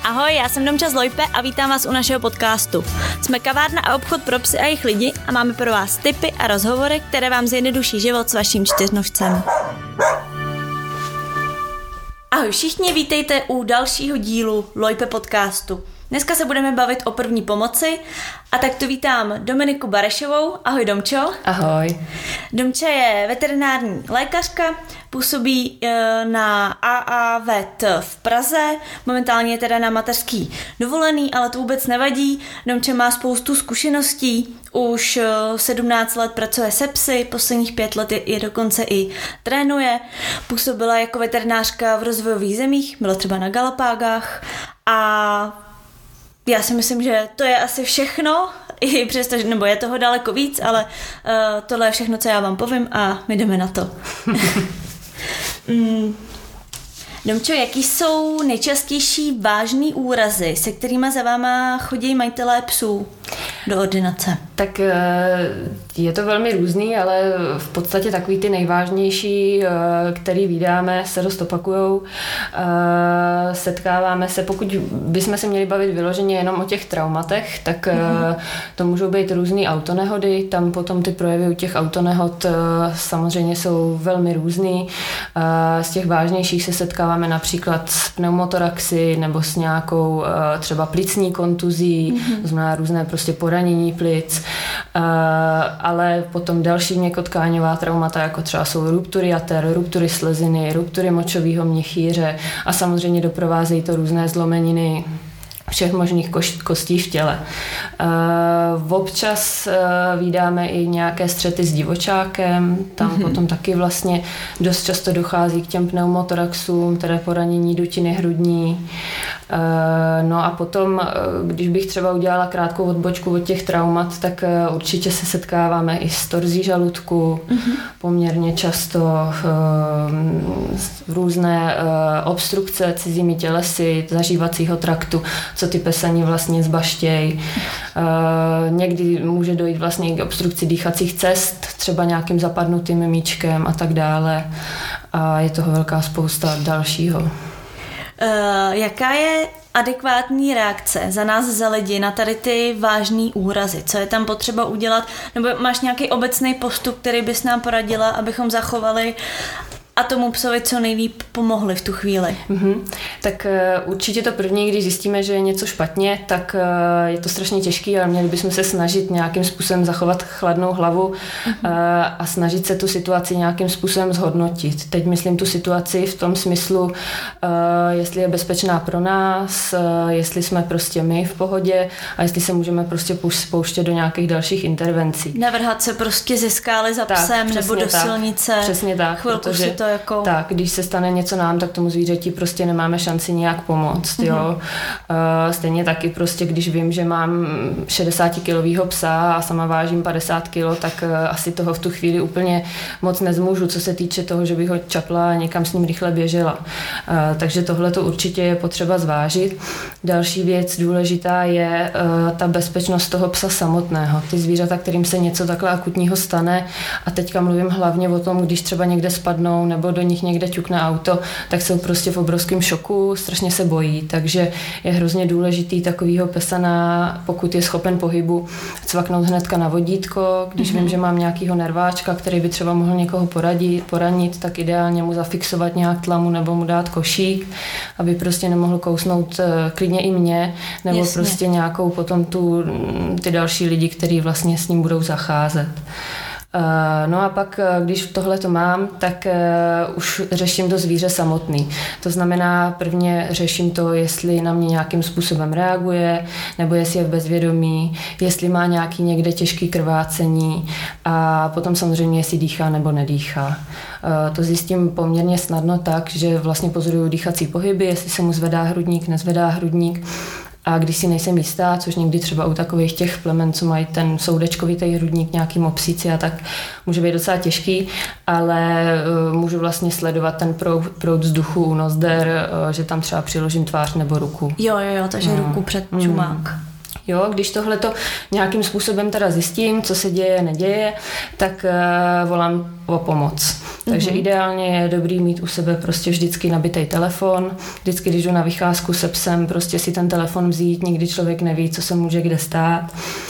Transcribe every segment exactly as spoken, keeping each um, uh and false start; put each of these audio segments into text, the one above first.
Ahoj, já jsem Domča z Lojpe a vítám vás u našeho podcastu. Jsme kavárna a obchod pro psy a jejich lidi a máme pro vás tipy a rozhovory, které vám zjednoduší život s vaším čtyřnožcem. Ahoj všichni, vítejte u dalšího dílu Lojpe podcastu. Dneska se budeme bavit o první pomoci a tak tu vítám Dominiku Barešovou. Ahoj Domčo. Ahoj. Domča je veterinární lékařka, působí na A A Vet v Praze, momentálně je teda na mateřský dovolený, ale to vůbec nevadí. Domča má spoustu zkušeností, už sedmnáct let pracuje se psy, posledních pět let je, je dokonce i trénuje. Působila jako veterinářka v rozvojových zemích, byla třeba na Galapágách a já si myslím, že to je asi všechno, i přesto, nebo je toho daleko víc, ale uh, tohle je všechno, co já vám povím a my jdeme na to. mm. Domčo, jaký jsou nejčastější vážný úrazy, se kterými za váma chodí majitelé psů do ordinace? Tak je to velmi různý, ale v podstatě takový ty nejvážnější, který vídáme, se dost opakujou. Setkáváme se, pokud bychom se měli bavit vyloženě jenom o těch traumatech, tak mm-hmm. to můžou být různý autonehody, tam potom ty projevy u těch autonehod samozřejmě jsou velmi různý. Z těch vážnějších se setkáváme například s pneumotoraxy nebo s nějakou třeba plicní kontuzí, mm-hmm. to znamená různé prostě poranění plic, ale potom další měkkotkáňová traumata, jako třeba jsou ruptury jater, ruptury sleziny, ruptury močového měchýře a samozřejmě doprovázejí to různé zlomeniny všech možných kostí v těle. Uh, občas uh, vídáme i nějaké střety s divočákem, tam mm-hmm. potom taky vlastně dost často dochází k těm pneumotoraxům, tedy poranění dutiny hrudní. Uh, no a potom, uh, když bych třeba udělala krátkou odbočku od těch traumat, tak uh, určitě se setkáváme i s torzí žaludku, mm-hmm. poměrně často uh, různé uh, obstrukce cizími tělesy, zažívacího traktu, co ty pesani vlastně zbaštějí. Uh, někdy může dojít vlastně k obstrukci dýchacích cest, třeba nějakým zapadnutým míčkem a tak dále. A je toho velká spousta dalšího. Uh, jaká je adekvátní reakce za nás za lidi na tady ty vážný úrazy? Co je tam potřeba udělat? Nebo máš nějaký obecný postup, který bys nám poradila, abychom zachovali a tomu psovi co nejlíp pomohli v tu chvíli? Mm-hmm. Tak uh, určitě to první, když zjistíme, že je něco špatně, tak uh, je to strašně těžký, ale měli bychom se snažit nějakým způsobem zachovat chladnou hlavu mm-hmm. uh, a snažit se tu situaci nějakým způsobem zhodnotit. Teď myslím tu situaci v tom smyslu, uh, jestli je bezpečná pro nás, uh, jestli jsme prostě my v pohodě a jestli se můžeme prostě pouštět do nějakých dalších intervencí. Nevrhat se prostě ze skály za tak, psem nebo do tak, silnice. Přesně tak. Chvilku protože si to jako... Tak, když se stane něco nám, tak tomu zvířeti prostě nemáme šanci nějak pomoct, jo. Mm-hmm. Uh, stejně taky prostě, když vím, že mám šedesátikilovýho psa a sama vážím padesát kilo, tak uh, asi toho v tu chvíli úplně moc nezmůžu, co se týče toho, že bych ho čapla a někam s ním rychle běžela. Uh, takže tohle to určitě je potřeba zvážit. Další věc důležitá je uh, ta bezpečnost toho psa samotného. Ty zvířata, kterým se něco takhle akutního stane, a teďka mluvím hlavně o tom, když třeba někde spadnou nebo do nich někde ťukne auto, tak jsou prostě v obrovském šoku, strašně se bojí, takže je hrozně důležitý takovýho pesana, pokud je schopen pohybu, cvaknout hnedka na vodítko, když mm-hmm. vím, že mám nějakýho nerváčka, který by třeba mohl někoho poradit, poranit, tak ideálně mu zafixovat nějak tlamu nebo mu dát košík, aby prostě nemohl kousnout klidně i mě, nebo Jasně. prostě nějakou potom tu, ty další lidi, kteří vlastně s ním budou zacházet. No a pak, když tohle to mám, tak už řeším to zvíře samotný. To znamená, prvně řeším to, jestli na mě nějakým způsobem reaguje, nebo jestli je v bezvědomí, jestli má nějaký někde těžký krvácení a potom samozřejmě, jestli dýchá nebo nedýchá. To zjistím poměrně snadno tak, že vlastně pozoruju dýchací pohyby, jestli se mu zvedá hrudník, nezvedá hrudník. A když si nejsem jistá, což někdy třeba u takových těch plemen, co mají ten soudečkovitý hrudník, nějaký mopsíci a tak, může být docela těžký, ale uh, můžu vlastně sledovat ten proud, proud vzduchu u nozder, uh, že tam třeba přiložím tvář nebo ruku. Jo, jo, jo, takže mm. ruku před čumák. Mm. Jo, když tohle to nějakým způsobem teda zjistím, co se děje, neděje, tak uh, volám o pomoc. Takže mm-hmm. ideálně je dobrý mít u sebe prostě vždycky nabitej telefon. Vždycky, když jdu na vycházku se psem, prostě si ten telefon vzít, nikdy člověk neví, co se může kde stát.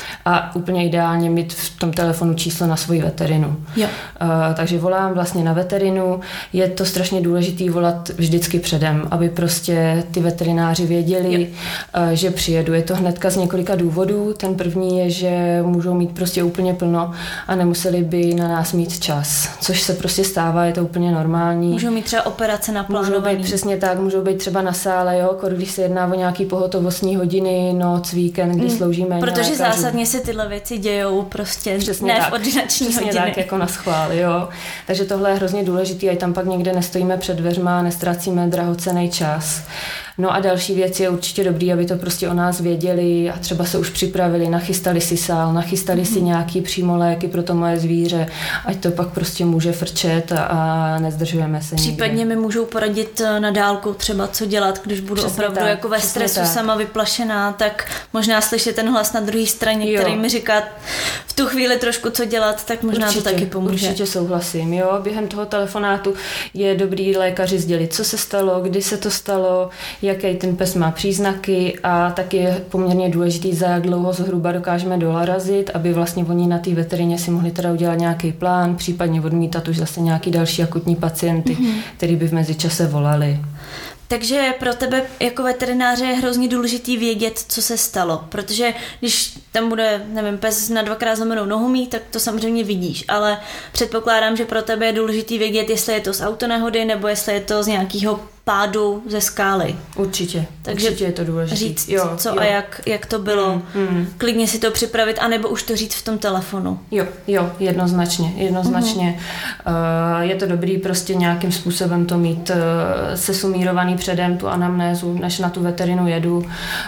A úplně ideálně mít v tom telefonu číslo na svoji veterinu. Jo. Uh, takže volám vlastně na veterinu. Je to strašně důležitý volat vždycky předem, aby prostě ty veterináři věděli, uh, že přijedu. Je to hnedka z několika důvodů. Ten první je, že můžou mít prostě úplně plno a nemuseli by na nás mít čas, což se prostě stává, je to úplně normální. Můžou mít třeba operace naplánovaný. Můžou být přesně tak, můžou být třeba na sále, jo, když se jedná o nějaký pohotovostní hodiny, noc, víkend, kdy mm. sloužíme. Protože zásadně se tyhle věci dějou prostě přesně ne tak, v ordinační přesně hodiny. tak, jako na schvál, jo. Takže tohle je hrozně důležitý a i tam pak někde nestojíme před dveřma, nestracíme drahocenný čas. No a další věc je určitě dobrý, aby to prostě o nás věděli a třeba se už připravili, nachystali si sál, nachystali mm-hmm. si nějaký přímo léky pro to moje zvíře, ať to pak prostě může frčet a, a nezdržujeme se nikde. Případně mi můžou poradit na dálku třeba, co dělat, když budu přesně opravdu tak, jako ve stresu tak. sama vyplašená, tak možná slyšet ten hlas na druhé straně, jo. který mi říká v tu chvíli trošku, co dělat, tak možná určitě, to taky pomůže. Určitě souhlasím, jo. Během toho telefonátu je dobrý lékaři sdělit, co se stalo, kdy se to stalo, jaký ten pes má příznaky a taky je poměrně důležitý, za jak dlouho zhruba dokážeme dorazit, aby vlastně oni na té veterině si mohli teda udělat nějaký plán, případně odmítat už zase nějaký další akutní pacienty, mm-hmm. který by v mezičase volali. Takže pro tebe jako veterináře je hrozně důležitý vědět, co se stalo, protože když tam bude, nevím, pes na dvakrát zlomenou nohu mít, tak to samozřejmě vidíš, ale předpokládám, že pro tebe je důležitý vědět, jestli je to z autonehody nebo jestli je to z nějakého pádu ze skály. Určitě, takže určitě je to důležité. Říct, jo, co jo. a jak, jak to bylo, mm, mm. klidně si to připravit, anebo už to říct v tom telefonu. Jo, jo, jednoznačně, jednoznačně. Uh-huh. Uh, je to dobrý prostě nějakým způsobem to mít uh, sesumírovaný předem, tu anamnézu, než na tu veterinu jedu, uh,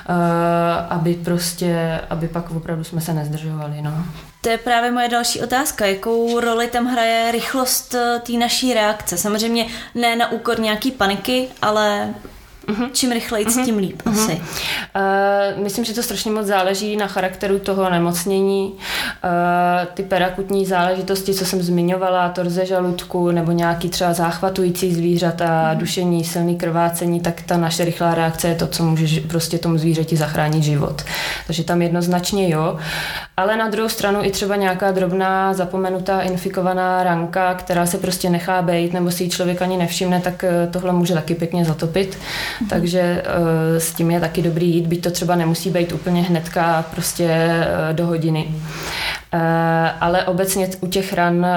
aby prostě, aby pak opravdu jsme se nezdržovali, no. To je právě moje další otázka. Jakou roli tam hraje rychlost té naší reakce? Samozřejmě ne na úkor nějaký paniky, ale uh-huh. čím rychleji, uh-huh. tím líp uh-huh. asi. Uh, myslím, že to strašně moc záleží na charakteru toho onemocnění. Uh, ty perakutní záležitosti, co jsem zmiňovala, torze žaludku nebo nějaký třeba záchvatující zvířata, uh-huh. dušení, silný krvácení, tak ta naše rychlá reakce je to, co může prostě tomu zvířeti zachránit život. Takže tam jednoznačně jo. Ale na druhou stranu i třeba nějaká drobná zapomenutá infikovaná ranka, která se prostě nechá bejt nebo si ji člověk ani nevšimne, tak tohle může taky pěkně zatopit. Mm-hmm. Takže uh, s tím je taky dobrý jít, byť to třeba nemusí být úplně hnedka prostě uh, do hodiny. Uh, ale obecně u těch ran uh,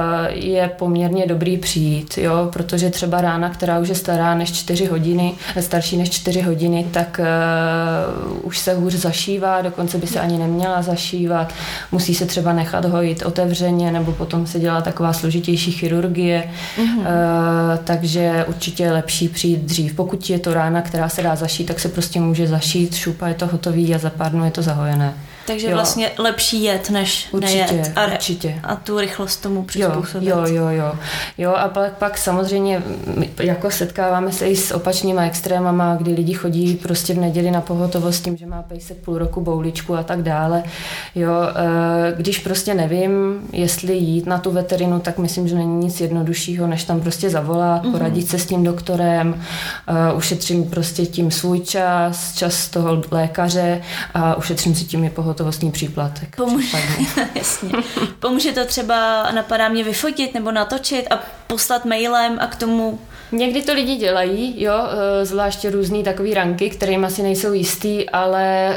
je poměrně dobrý přijít, jo, protože třeba rána, která už je stará než čtyři hodiny, starší než čtyři hodiny, tak uh, už se hůř zašívá, dokonce by se ani neměla zašívat, musí se třeba nechat hojit otevřeně, nebo potom se dělá taková složitější chirurgie, mm-hmm. uh, takže určitě je lepší přijít dřív. Pokud je to rána, která se dá zašít, tak se prostě může zašít, šupa, je to hotový a za pár dnů je to zahojené. Takže jo. vlastně lepší jet, než určitě, nejet a, určitě. a tu rychlost tomu přizpůsobit. Jo, jo, jo. Jo a pak, pak samozřejmě jako setkáváme se i s opačnýma extrémama, kdy lidi chodí prostě v neděli na pohotovost tím, že má pejsek půl roku bouličku a tak dále. Jo, když prostě nevím, jestli jít na tu veterinu, tak myslím, že není nic jednoduššího, než tam prostě zavolat, mm-hmm. poradit se s tím doktorem, ušetřím prostě tím svůj čas, čas toho lékaře a ušetřím si tím i pohotovost. Hotovostní příplatek. Pomůže, jasně. Pomůže to třeba, napadá mě, vyfotit nebo natočit a poslat mailem a k tomu... Někdy to lidi dělají, jo, zvláště různý takový ranky, kterým asi nejsou jistý, ale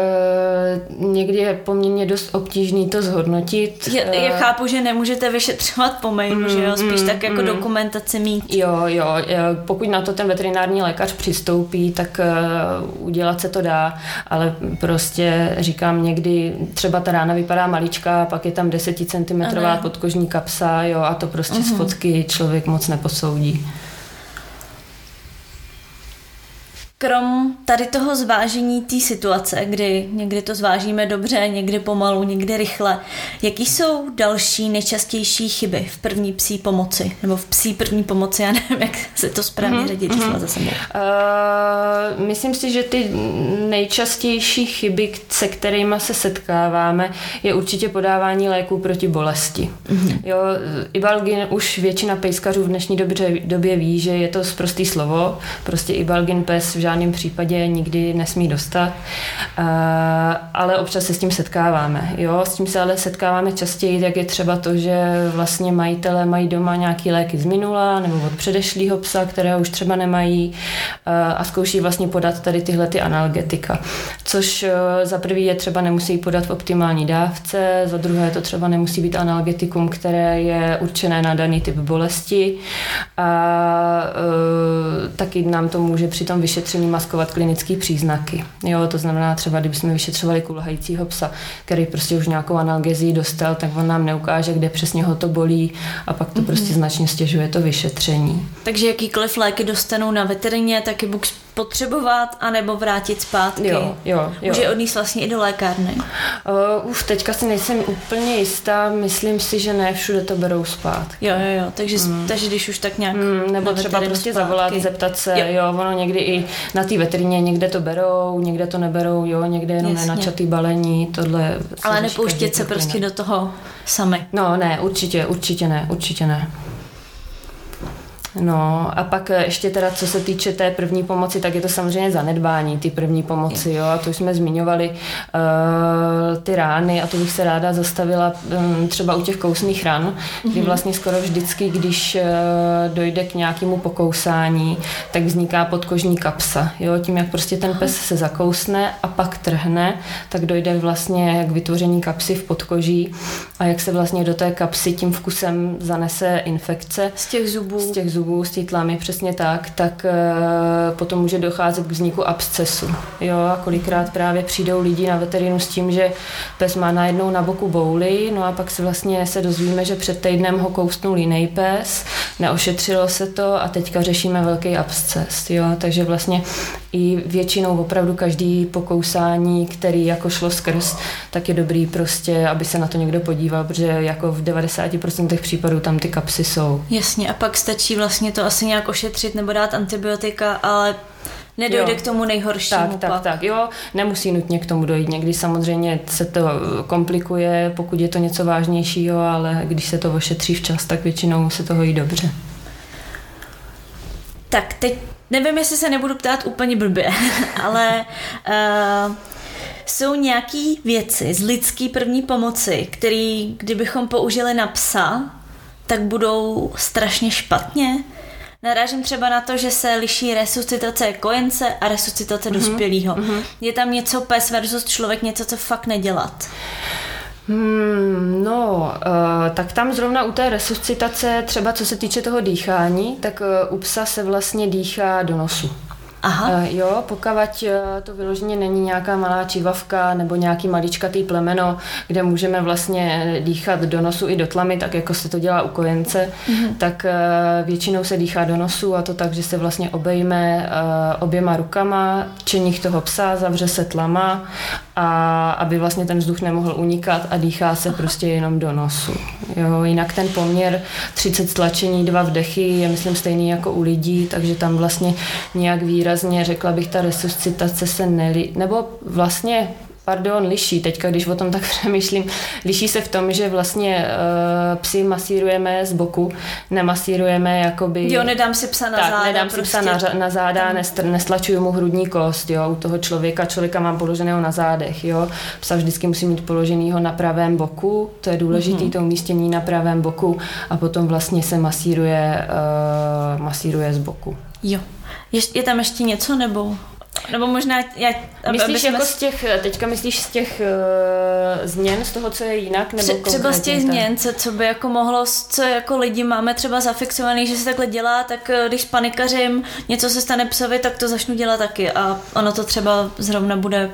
uh, někdy je poměrně dost obtížný to zhodnotit. Já, já chápu, že nemůžete vyšetřovat po mailu, mm, že jo, spíš mm, tak jako mm. dokumentaci mít. Jo, jo, pokud na to ten veterinární lékař přistoupí, tak uh, udělat se to dá, ale prostě říkám, někdy třeba ta rána vypadá maličká, pak je tam deseticentimetrová podkožní kapsa, jo, a to prostě mm-hmm. z fotky člověk moc neposoudí. krom tady toho zvážení té situace, kdy někdy to zvážíme dobře, někdy pomalu, někdy rychle, jaký jsou další nejčastější chyby v první psí pomoci? Nebo v psí první pomoci, já nevím, jak se to správně mm-hmm. řadí, mm-hmm. za sebou. Uh, myslím si, že ty nejčastější chyby, se kterými se setkáváme, je určitě podávání léků proti bolesti. Mm-hmm. Jo, Ibalgin už většina pejskařů v dnešní době, době ví, že je to prostý slovo, prostě Ibalgin pes v žádném případě nikdy nesmí dostat, uh, ale občas se s tím setkáváme. Jo? S tím se ale setkáváme častěji, jak je třeba to, že vlastně majitelé mají doma nějaký léky z minula nebo od předešlého psa, které už třeba nemají uh, a zkouší vlastně podat tady tyhle ty analgetika. Což uh, za prvý je třeba nemusí podat v optimální dávce, za druhé to třeba nemusí být analgetikum, které je určené na daný typ bolesti a uh, taky nám to může při tom vyšetření maskovat klinické příznaky. Jo, to znamená třeba, kdybychom vyšetřovali kulhajícího psa, který prostě už nějakou analgezii dostal, tak on nám neukáže, kde přesně ho to bolí a pak to mm-hmm. prostě značně stěžuje to vyšetření. Takže jakýkoliv léky dostanou na veterině, taky buď potřebovat, anebo vrátit zpátky. Jo, jo, jo. Může odníst vlastně i do lékárny. Uh, už teďka si nejsem úplně jistá, myslím si, že ne všude to berou zpátky. Jo, jo, jo, takže, mm. takže když už tak nějak mm, nebo třeba prostě zpátky. Zavolat, zeptat se, jo. jo, ono někdy i na té veterině někde to berou, někde to neberou, jo, někde jenom nenačatý balení, tohle. Ale nepouštět se prostě do toho sami. No ne, určitě, určitě ne, určitě ne. No a pak ještě teda, co se týče té první pomoci, tak je to samozřejmě zanedbání ty první pomoci, jo, a to už jsme zmiňovali uh, ty rány a to bych se ráda zastavila um, třeba u těch kousných ran, kdy vlastně skoro vždycky, když uh, dojde k nějakému pokousání, tak vzniká podkožní kapsa, jo, tím jak prostě ten pes se zakousne a pak trhne, tak dojde vlastně k vytvoření kapsy v podkoží a jak se vlastně do té kapsy tím vkusem zanese infekce. Z těch zubů. Z těch zubů z té tlamy, přesně tak, tak e, potom může docházet k vzniku abscesu. Jo, a kolikrát právě přijdou lidi na veterinu s tím, že pes má najednou na boku bouli, no a pak se vlastně se dozvíme, že před týdnem ho kousnul jiný pes, neošetřilo se to a teďka řešíme velký absces. Jo, takže vlastně i většinou opravdu každý pokousání, který jako šlo skrz, tak je dobrý prostě, aby se na to někdo podíval, protože jako v devadesát procent případů tam ty kapsy jsou. Jasně, a pak stačí vlastně to asi nějak ošetřit nebo dát antibiotika, ale nedojde jo. k tomu nejhoršímu. Tak, tak, tak, jo, nemusí nutně k tomu dojít. Někdy samozřejmě se to komplikuje, pokud je to něco vážnějšího, ale když se to ošetří včas, tak většinou se toho jí dobře. Tak, teď nevím, jestli se nebudu ptát úplně blbě, ale uh, jsou nějaký věci z lidský první pomoci, které kdybychom použili na psa, tak budou strašně špatně. Narážím třeba na to, že se liší resuscitace kojence a resuscitace mm-hmm. dospělého. Mm-hmm. Je tam něco pes versus člověk, něco, co fakt nedělat? Hmm, no, uh, tak tam zrovna u té resuscitace, třeba co se týče toho dýchání, tak uh, u psa se vlastně dýchá do nosu. Aha. Uh, jo, pokud to vyloženě není nějaká malá čivavka nebo nějaký maličkatý plemeno, kde můžeme vlastně dýchat do nosu i do tlamy, tak jako se to dělá u kojence, mm-hmm. tak uh, většinou se dýchá do nosu a to tak, že se vlastně obejme uh, oběma rukama čenich toho psa, zavře se tlama a aby vlastně ten vzduch nemohl unikat a dýchá se prostě jenom do nosu. Jo, jinak ten poměr třicet stlačení, dva vdechy je myslím stejný jako u lidí, takže tam vlastně nějak výrazně, řekla bych, ta resuscitace se nelí, nebo vlastně Pardon, liší. Teďka, když o tom tak přemýšlím, liší se v tom, že vlastně uh, psy masírujeme z boku, nemasírujeme jakoby... Jo, nedám si psa na tak, záda. nedám si prostě. psa na, na záda, nestr, nestlačuju mu hrudní kost, jo, u toho člověka, člověka mám položeného na zádech, jo. Psa vždycky musí mít položenýho na pravém boku, to je důležité, mm-hmm. to umístění na pravém boku a potom vlastně se masíruje, uh, masíruje z boku. Jo. Je, je tam ještě něco, nebo... Nebo možná... Já, myslíš jako z těch, teďka myslíš z těch uh, změn, z toho, co je jinak? Nebo Tře- třeba z těch změn, co, co by jako mohlo, co jako lidi máme třeba zafixovaný, že se takhle dělá, tak když panikařím, něco se stane psovi, tak to začnu dělat taky a ono to třeba zrovna bude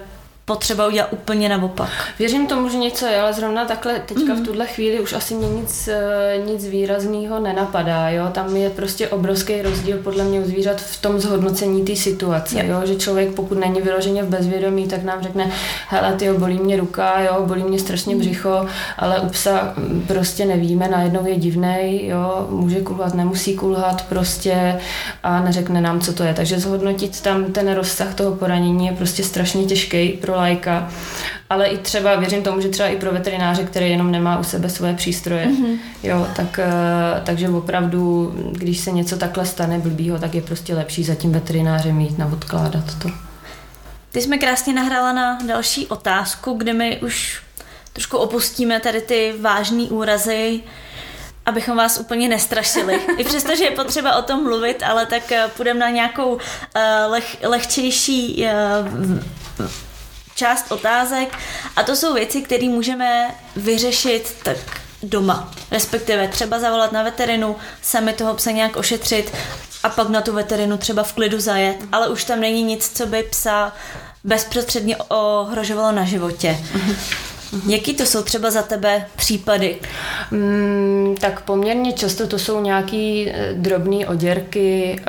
potřeba udělat úplně naopak? Věřím tomu, že něco je, ale zrovna takhle teďka mm. v tuhle chvíli už asi mě nic, nic výrazného nenapadá. Jo? Tam je prostě obrovský rozdíl podle mě u zvířat v tom zhodnocení té situace. Jo? Že člověk, pokud není vyloženě v bezvědomí, tak nám řekne, hele, tyjo, bolí mě ruka, jo, bolí mě strašně břicho, ale u psa prostě nevíme, najednou je divnej, jo, může kulhat, nemusí kulhat prostě a neřekne nám, co to je. Takže zhodnotit tam ten rozsah toho poranění je prostě strašně těžký pro laika. Ale i třeba, věřím tomu, že třeba i pro veterináře, který jenom nemá u sebe svoje přístroje, mm-hmm. jo, tak, takže opravdu, když se něco takhle stane blbýho, tak je prostě lepší za tím veterinářem jít na odkládat to. Ty jsme krásně nahrála na další otázku, kde my už trošku opustíme tady ty vážné úrazy, abychom vás úplně nestrašili. I přesto, že je potřeba o tom mluvit, ale tak půjdeme na nějakou uh, leh, lehčejší uh, část otázek a to jsou věci, které můžeme vyřešit tak doma. Respektive třeba zavolat na veterinu, sami toho psa nějak ošetřit a pak na tu veterinu třeba v klidu zajet, ale už tam není nic, co by psa bezprostředně ohrožovalo na životě. Jaký to jsou třeba za tebe případy? Mm, tak poměrně často to jsou nějaký drobné oděrky,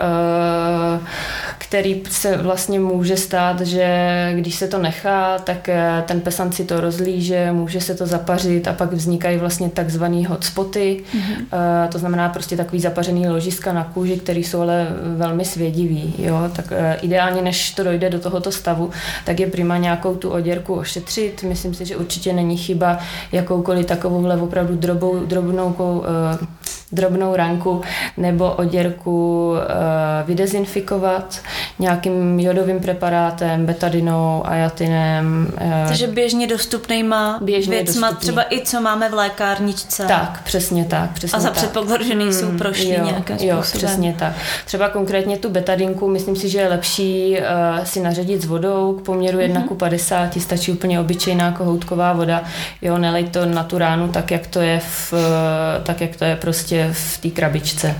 který se vlastně může stát, že když se to nechá, tak ten pesan si to rozlíže, může se to zapařit a pak vznikají vlastně takzvaný hotspoty, mm-hmm. to znamená prostě takový zapařený ložiska na kůži, které jsou ale velmi svědivý. Jo? Tak ideálně, než to dojde do tohoto stavu, tak je prima nějakou tu oděrku ošetřit. Myslím si, že určitě není chyba jakoukoliv takovouhle opravdu drobou, drobnou, uh, drobnou ranku nebo oděrku uh, vydezinfikovat nějakým jodovým preparátem, betadinou, ajatinem. Uh, Takže běžně dostupnýma běžně věcma, dostupný. Třeba i co máme v lékárničce. Tak, přesně tak. Přesně a za tak. předpokladu, že nejsou hmm, prošlý nějakým způsobem. Jo, přesně tak. Třeba konkrétně tu betadinku, myslím si, že je lepší uh, si naředit s vodou k poměru jedna mm-hmm. ku padesáti, stačí úplně obyčejná kohoutková voda. Jo, nelej to na tu ránu tak, jak to je v, tak, jak to je prostě v té krabičce.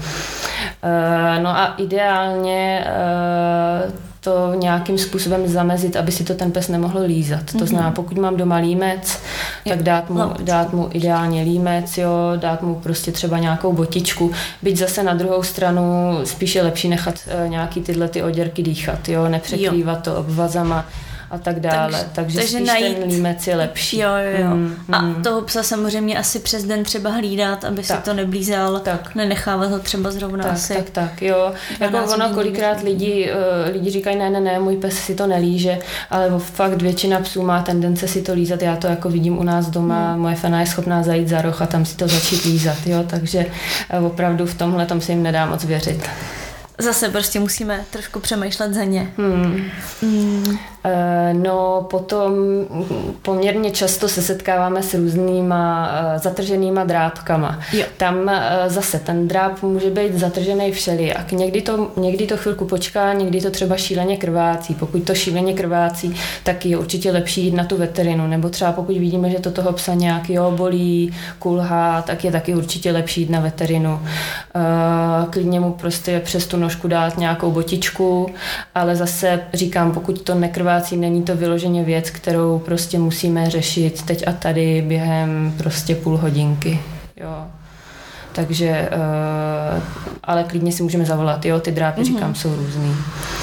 No a ideálně to nějakým způsobem zamezit, aby si to ten pes nemohl lízat. Mm-hmm. To znamená, pokud mám doma límec, tak dát mu, dát mu ideálně límec, jo, dát mu prostě třeba nějakou botičku. Byť zase na druhou stranu spíš je lepší nechat nějaký tyhle ty oděrky dýchat, jo, nepřekrývat jo. to obvazama a tak dále. Takže, takže, takže spíš najít, ten límec je lepší. Jo, jo, jo. Mm, a mm. toho psa samozřejmě asi přes den třeba hlídat, aby tak. si to neblízal, tak. nenechávat ho třeba zrovna tak, asi. Tak, tak, jo. Jako ono kolikrát lidi, lidi říkají, ne, ne, ne, můj pes si to nelíže, ale fakt většina psů má tendence si to lízat. Já to jako vidím u nás doma, mm. moje Fena je schopná zajít za roh a tam si to začít lízat, jo, takže opravdu v tomhle tom se jim nedá moc věřit. Zase prostě musíme trošku přemýšlet za ně. Hmm. Hmm. No potom poměrně často se setkáváme s různýma zatrženýma drápkama. Jo. Tam zase ten dráp může být zatržený všelijak. Někdy to, někdy to chvilku počká, někdy to třeba šíleně krvácí. Pokud to šíleně krvácí, tak je určitě lepší jít na tu veterinu. Nebo třeba pokud vidíme, že to toho psa nějak jo, bolí, kulhá, tak je taky určitě lepší jít na veterinu. Klidně mu prostě přes tu nožku dát nějakou botičku, ale zase říkám, pokud to nekrvácí, není to vyloženě věc, kterou prostě musíme řešit teď a tady během prostě půl hodinky. Jo. Takže, uh, ale klidně si můžeme zavolat, jo, ty drápy, mm-hmm. říkám, jsou různý.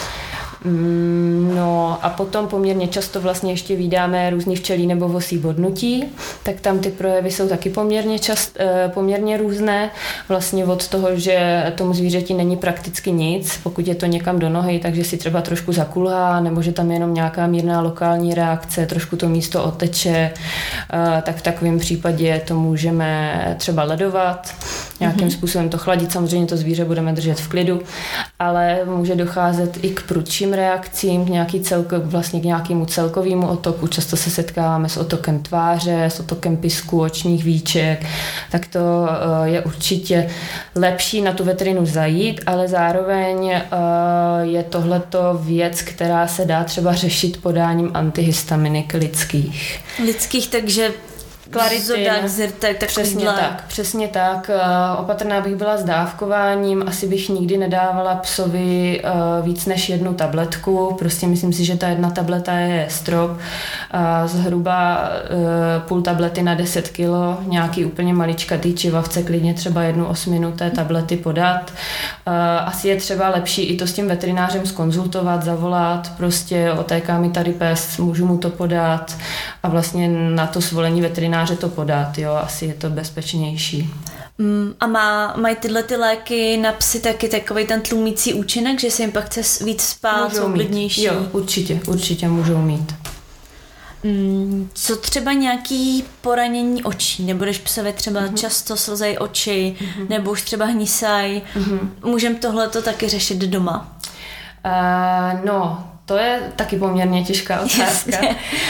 No a potom poměrně často vlastně ještě vídáme různý včelí nebo vosí bodnutí, tak tam ty projevy jsou taky poměrně, čast, poměrně různé. Vlastně od toho, že tomu zvířeti není prakticky nic, pokud je to někam do nohy, takže si třeba trošku zakulhá, nebo že tam je jenom nějaká mírná lokální reakce, trošku to místo oteče, tak v takovém případě to můžeme třeba ledovat, nějakým mm-hmm. způsobem to chladit, samozřejmě to zvíře budeme držet v klidu, ale může docházet i k prudším reakcím, k nějaký celko, vlastně k nějakému celkovému otoku. Často se setkáváme s otokem tváře, s otokem pisku, očních víček, tak to je určitě lepší na tu veterinu zajít, ale zároveň je tohleto věc, která se dá třeba řešit podáním antihistaminik lidských. Lidských, takže Zodák, Zyrtek, tak přesně takovýhle. tak, přesně tak. Opatrná bych byla s dávkováním, asi bych nikdy nedávala psovi víc než jednu tabletku, prostě myslím si, že ta jedna tableta je strop, zhruba půl tablety na deset kilo, nějaký úplně maličkatý čivavce, klidně třeba jednu osminuté tablety podat. Asi je třeba lepší i to s tím veterinářem zkonzultovat, zavolat, prostě otéká mi tady pes, můžu mu to podat a vlastně na to svolení veterináře to podat, jo, asi je to bezpečnější. Mm, a má, mají tyhle ty léky na psy taky takový ten tlumící účinek, že se jim pak chce víc spát, jsou klidnější? Jo, určitě, určitě můžou mít. Mm, co třeba nějaký poranění očí, nebo když psovi třeba mm-hmm. často slzejí oči, mm-hmm. nebo už třeba hnisají, mm-hmm. můžeme tohleto taky řešit doma? Uh, no, to je taky poměrně těžká otázka.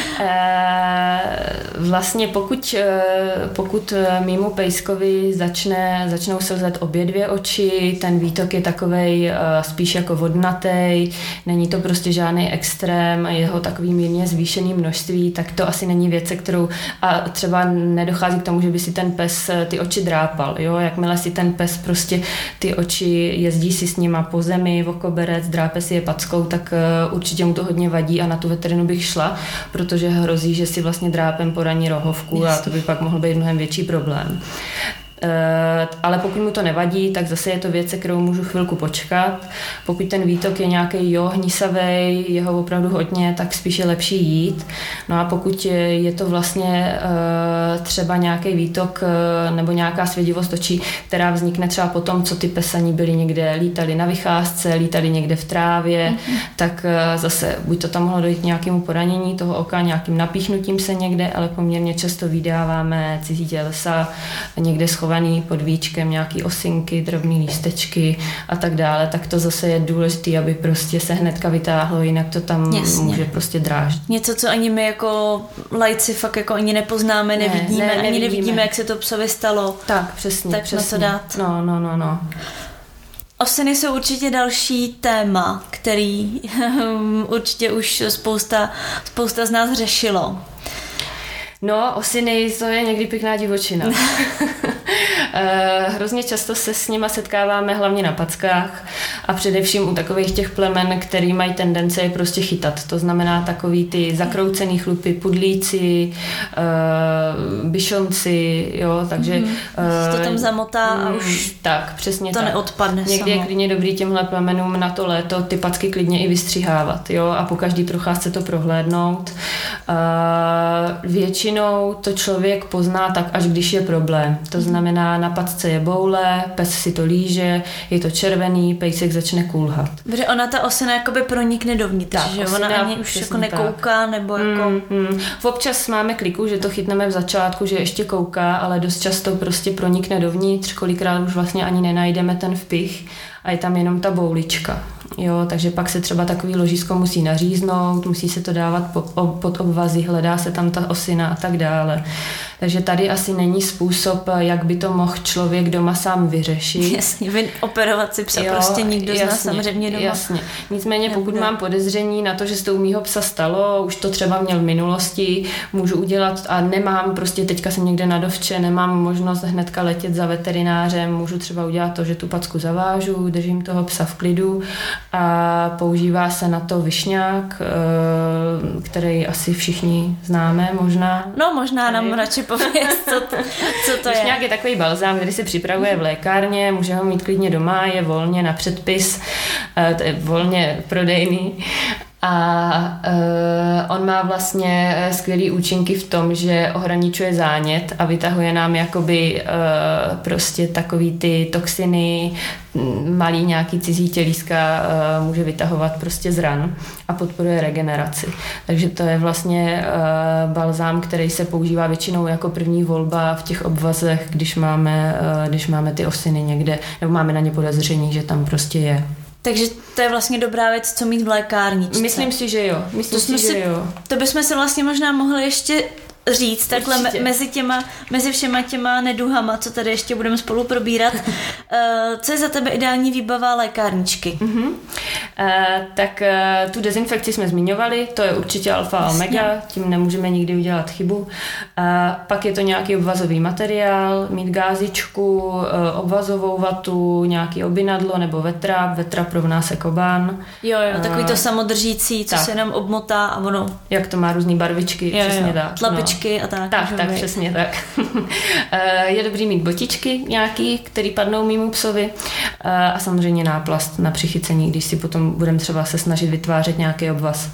Vlastně pokud, pokud mému pejskovi začne, začnou slzet obě dvě oči, ten výtok je takovej spíš jako vodnatej, není to prostě žádný extrém, jeho takový mírně zvýšený množství, tak to asi není věc, kterou a třeba nedochází k tomu, že by si ten pes ty oči drápal. Jo? Jakmile si ten pes prostě ty oči jezdí si s nima po zemi, v okoberec, drápe si je packou, tak určitě Určitě mu to hodně vadí a na tu veterinu bych šla, protože hrozí, že si vlastně drápem poraní rohovku a to by pak mohl být mnohem větší problém. Ale pokud mu to nevadí, tak zase je to věc, kterou můžu chvilku počkat. Pokud ten výtok je nějaký jo, hnisavej, je ho opravdu hodně, tak spíš je lepší jít. No a pokud je to vlastně třeba nějaký výtok nebo nějaká svědivost očí, která vznikne třeba po tom, co ty pesani byli někde, lítali na vycházce, lítali někde v trávě, mm-hmm. tak zase buď to tam mohlo dojít k nějakému poranění toho oka, nějakým napíchnutím se někde, ale poměrně často vydáváme cizí tělesa někde schované pod víčkem, nějaký osinky, drobné lístečky a tak dále, tak to zase je důležité, aby prostě se hnedka vytáhlo, jinak to tam Jasně. může prostě dráždit. Něco, co ani my jako lajci fakt jako ani nepoznáme, ne, nevidíme, ne, ani nevidíme, jak se to psovi stalo. Tak, přesně. Tak přesně. na to dát. No, no, no, no. Osiny jsou určitě další téma, který určitě už spousta, spousta z nás řešilo. No, osiny, to je někdy pěkná divočina. Hrozně často se s nima setkáváme hlavně na packách a především u takových těch plemen, který mají tendence je prostě chytat. To znamená takový ty zakroucený chlupy, pudlíci, bišonci, jo, takže... Mm-hmm. To tam zamotá a už tak, přesně to tak. neodpadne Někdy samo. je klidně dobrý těmhle plemenům na to léto ty packy klidně i vystřihávat, jo, a po každý procházce to prohlédnout. Většinou to člověk pozná tak, až když je problém. To znamená, na pacce je boule, pes si to líže, je to červený, pejsek začne kulhat. Protože ona ta osina jakoby pronikne dovnitř, tak, že ona ani už jako nekouká, tak. nebo jako... Mm, mm. Občas máme kliku, že to chytneme v začátku, že ještě kouká, ale dost často prostě pronikne dovnitř, kolikrát už vlastně ani nenajdeme ten vpich a je tam jenom ta boulička. Jo, takže pak se třeba takový ložisko musí naříznout, musí se to dávat pod obvazy, hledá se tam ta osina a tak dále. Takže tady asi není způsob, jak by to mohl člověk doma sám vyřešit. Jasně, operovat si psa jo, prostě nikdo z nás samozřejmě doma. Jasně. Nicméně pokud nebude. Mám podezření na to, že se to u mýho psa stalo, už to třeba měl v minulosti, můžu udělat a nemám, prostě teďka jsem někde na dovče, nemám možnost hnedka letět za veterinářem, můžu třeba udělat to, že tu packu zavážu, držím toho psa v klidu a používá se na to višňák, který asi všichni známe možná. No možná nám radši pověst, co to, co to je. Višňák je takový balzám, který se připravuje v lékárně, může ho mít klidně doma, je volně na předpis, to je volně prodejný. A uh, on má vlastně skvělý účinky v tom, že ohraničuje zánět a vytahuje nám jakoby uh, prostě takový ty toxiny, malý nějaký cizí tělíska uh, může vytahovat prostě z ran a podporuje regeneraci. Takže to je vlastně uh, balzám, který se používá většinou jako první volba v těch obvazech, když máme, uh, když máme ty osiny někde, nebo máme na ně podezření, že tam prostě je. Takže to je vlastně dobrá věc, co mít v lékárničce. Myslím si, že jo. Myslím to si, si, že jo. To bychom se vlastně možná mohli ještě říct takhle me- mezi těma, mezi všema těma neduhama, co tady ještě budeme spolu probírat. uh, co je za tebe ideální výbava lékárničky? Uh-huh. Uh, tak uh, tu dezinfekci jsme zmiňovali, to je určitě alfa a omega, tím nemůžeme nikdy udělat chybu. Uh, pak je to nějaký obvazový materiál, mít gázičku, uh, obvazovou vatu, nějaký obinadlo nebo vetra, vetra provná se kobán. Jo, jo, takový to samodržící, co tak. se nám obmotá a ono... Jak to má různý barvičky, jo, přesně jo. tak. Tlapičky no. a tak. Tak, tak, být. Přesně tak. Je dobrý mít botičky nějaký, který padnou mýmu psovi a samozřejmě náplast na přichycení, když si potom budeme třeba se snažit vytvářet nějaký obvaz.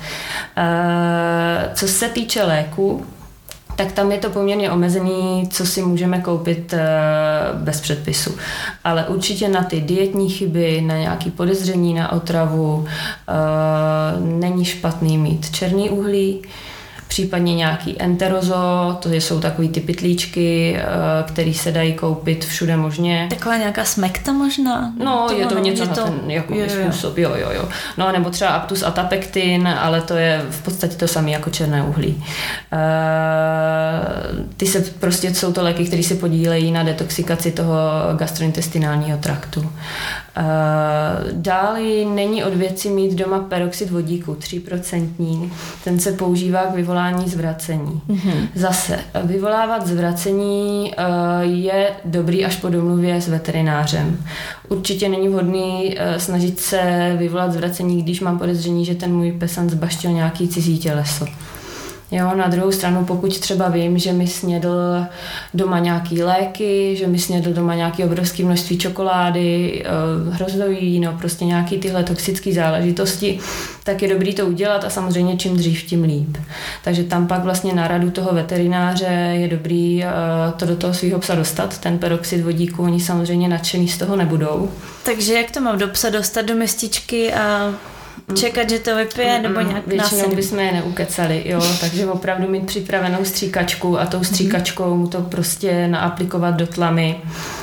Co se týče léku, tak tam je to poměrně omezený, co si můžeme koupit bez předpisu. Ale určitě na ty dietní chyby, na nějaké podezření na otravu není špatný mít černý uhlí, případně nějaký enterozo, to jsou takový ty pytlíčky, které se dají koupit všude možně. Taková nějaká smekta možná? No, to je to ono, něco je na to... ten jako jo, jo. způsob, jo, jo, jo. No, nebo třeba Aptus atapektin, ale to je v podstatě to samé jako černé uhlí. E, ty se prostě, jsou to léky, které se podílejí na detoxikaci toho gastrointestinálního traktu. E, dále není od věci mít doma peroxid vodíku, tři procenta. Ten se používá k vyvolání zvracení. Mm-hmm. Zase, vyvolávat zvracení je dobrý až po domluvě s veterinářem. Určitě není vhodný snažit se vyvolat zvracení, když mám podezření, že ten můj pesan zbaštil nějaký cizí těleso. Jo, na druhou stranu, pokud třeba vím, že mi snědl doma nějaký léky, že mi snědl doma nějaké obrovské množství čokolády, hrozdoví, no prostě nějaké tyhle toxické záležitosti, tak je dobrý to udělat a samozřejmě čím dřív, tím líp. Takže tam pak vlastně na radu toho veterináře je dobrý to do toho svého psa dostat, ten peroxid vodíku, oni samozřejmě nadšený z toho nebudou. Takže jak to mám do psa dostat do mističky a čekat, že to vypije, nebo nějak většinou násilí? bychom je neukecali, jo, takže opravdu mít připravenou stříkačku a tou stříkačkou mu to prostě naaplikovat do tlamy.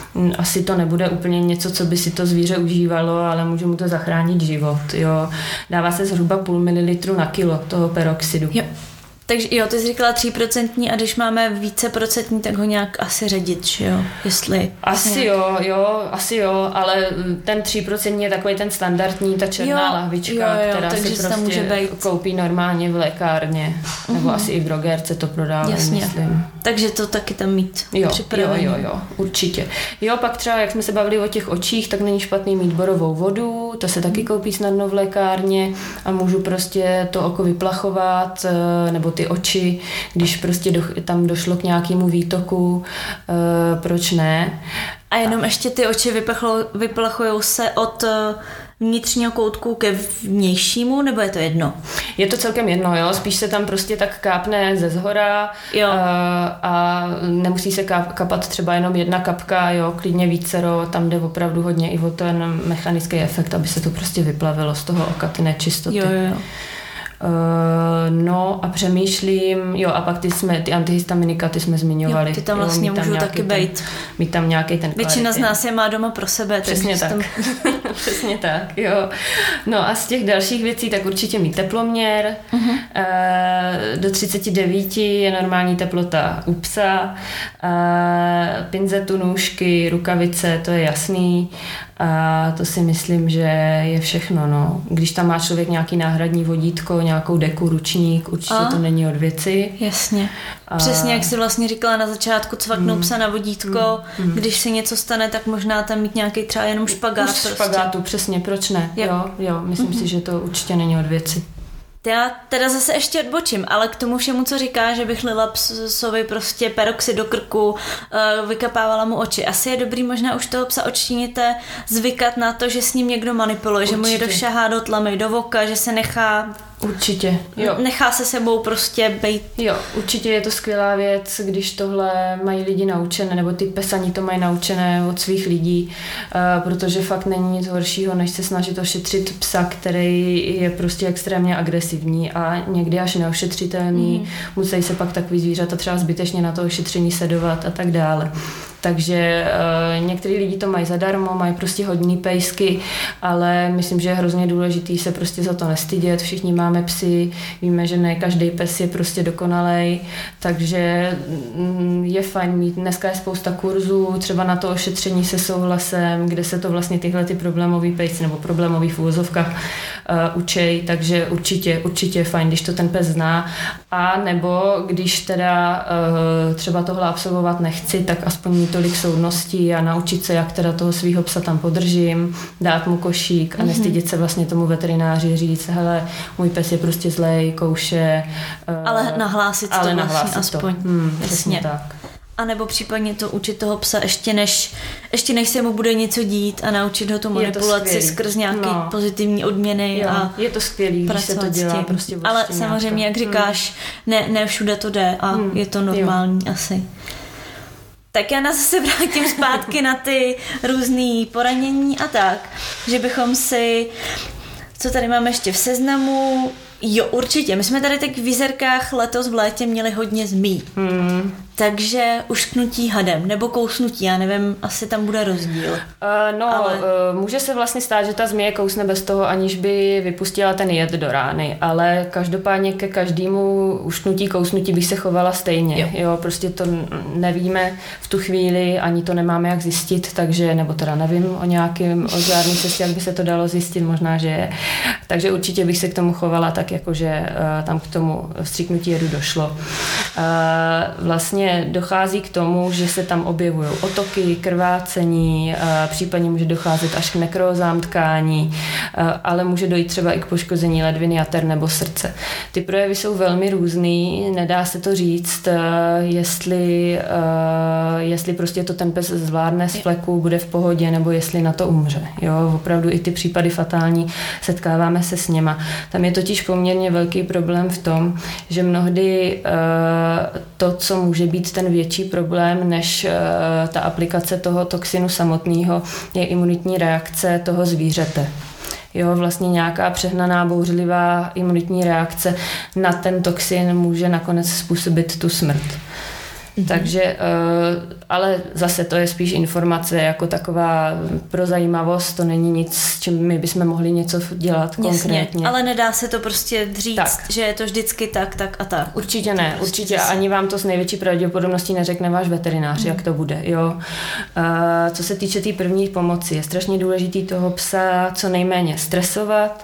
Asi to nebude úplně něco, co by si to zvíře užívalo, ale může mu to zachránit život, jo. Dává se zhruba půl mililitru na kilo toho peroxidu. Jo. Takže jo, ty jsi říkala tři procenta a když máme více procentní, tak ho nějak asi ředit, že jo? Jestli... Asi nějak... jo, jo, asi jo, ale ten tři procenta je takový ten standardní, ta černá jo, lahvička, jo, jo, která si prostě může být... koupí normálně v lékárně, uh-huh. nebo asi i v drogérce to prodávají, myslím. Takže to taky tam mít jo, připravený. Jo, jo, jo, určitě. Jo, pak třeba, jak jsme se bavili o těch očích, tak není špatný mít borovou vodu, to se taky koupí snadno v lékárně a můžu prostě to oko vyplachovat, nebo ty oči, když prostě do, tam došlo k nějakému výtoku, e, proč ne. A jenom ještě ty oči vyplachují se od vnitřního koutku ke vnějšímu, nebo je to jedno? Je to celkem jedno, jo, spíš se tam prostě tak kápne ze zhora jo. A, a nemusí se káp, kapat třeba jenom jedna kapka, jo, klidně vícero, tam jde opravdu hodně i o ten mechanický efekt, aby se to prostě vyplavilo z toho oka, ty nečistoty. Jo, jo, jo. No a přemýšlím, jo a pak ty, jsme, ty antihistaminika, ty jsme zmiňovali. Jo, ty tam vlastně jo, můžou taky být. Mít tam nějaký ten Většina z nás je má doma pro sebe. Přesně tak. Tam... Přesně tak, jo. No a z těch dalších věcí tak určitě mít teploměr. Uh-huh. Do třicet devět je normální teplota u psa. Pinzetu, nůžky, rukavice, to je jasný. A to si myslím, že je všechno. No. Když tam má člověk nějaký náhradní vodítko, nějakou deku, ručník, určitě a? to není od věci. Jasně. A... Přesně jak jsi vlastně říkala na začátku, cvaknout mm. psa na vodítko, mm. když se něco stane, tak možná tam mít nějaký třeba jenom špagát. Už prostě. Špagátu, přesně, proč ne? Jo, jo, jo myslím mm-hmm. si, že to určitě není od věci. Já teda zase ještě odbočím, ale k tomu všemu, co říká, že bych lila psovi prostě peroxid do krku, vykapávala mu oči. Asi je dobrý možná už toho psa odčíněte zvykat na to, že s ním někdo manipuluje, určitě. Že mu někdo šahá do tlamy, do voka, že se nechá... Určitě, jo. Nechá se sebou prostě bejt. Jo, určitě je to skvělá věc, když tohle mají lidi naučené, nebo ty pesani to mají naučené od svých lidí, uh, protože fakt není nic horšího, než se snažit ošetřit psa, který je prostě extrémně agresivní a někdy až neošetřitelný. Mm. Musí se pak takový zvířata třeba zbytečně na to ošetření sedovat a tak dále. Takže uh, některý lidi to mají zadarmo, mají prostě hodný pejsky, ale myslím, že je hrozně důležitý se prostě za to nestydět. Všichni máme psy, víme, že ne každý pes je prostě dokonalej, takže mm, je fajn mít. Dneska je spousta kurzů, třeba na to ošetření se souhlasem, kde se to vlastně tyhle ty problémový pejsci nebo problémový v úvozovkách uh, učej, takže určitě, určitě je fajn, když to ten pes zná. A nebo když teda uh, třeba tohle absolvovat nechci, tak aspoň mít tolik soudností a naučit se, jak teda toho svýho psa tam podržím, dát mu košík a nestydět se vlastně tomu veterináři říct, hele, můj pes je prostě zlej, kouše. Uh, ale nahlásit ale to nahlásit vlastně to. aspoň. Hmm, přesně tak. A nebo případně to učit toho psa ještě než, ještě než se mu bude něco dít a naučit ho tu manipulaci skrz nějaký no. pozitivní odměny. Jo, a je to skvělý, když se to dělá prostě. Ale samozřejmě, jak říkáš, hmm. ne, ne všude to jde a hmm. je to normální jo. asi. Tak já nás zase vrátím zpátky na ty různý poranění a tak, že bychom si, co tady máme ještě v seznamu, jo, určitě. My jsme tady teď v Jizerkách letos v létě měli hodně zmí. Hmm. Takže ušknutí hadem nebo kousnutí, já nevím, asi tam bude rozdíl. Uh, no, ale... uh, může se vlastně stát, že ta zmije kousne bez toho, aniž by vypustila ten jed do rány, ale každopádně ke každému ušknutí, kousnutí bych se chovala stejně. Jo. jo, prostě to nevíme v tu chvíli, ani to nemáme jak zjistit, takže, nebo teda nevím o nějakém, o žádný cestě, jak by se to dalo zjistit, možná, že je. Takže určitě bych se k tomu chovala tak, jakože uh, tam k tomu vstříknutí jedu došlo. Uh, vlastně dochází k tomu, že se tam objevují otoky, krvácení, případně může docházet až k nekrózám tkání, ale může dojít třeba i k poškození ledviny jater nebo srdce. Ty projevy jsou velmi různý, nedá se to říct, jestli, jestli prostě to ten pes zvládne z fleku, bude v pohodě, nebo jestli na to umře. Jo, opravdu i ty případy fatální, setkáváme se s něma. Tam je totiž poměrně velký problém v tom, že mnohdy to, co může být ten větší problém než uh, ta aplikace toho toxinu samotného, je imunitní reakce toho zvířete. Jo, vlastně nějaká přehnaná bouřlivá imunitní reakce na ten toxin může nakonec způsobit tu smrt. Mm-hmm. Takže, ale zase to je spíš informace jako taková pro zajímavost, to není nic, s čím my bychom mohli něco dělat konkrétně. Jasně, ale nedá se to prostě říct, tak. Že je to vždycky tak, tak a tak. Určitě ne, prostě určitě a ani vám to s největší pravděpodobností neřekne váš veterinář, mm. jak to bude. Jo. Co se týče té tý první pomoci, je strašně důležitý toho psa co nejméně stresovat,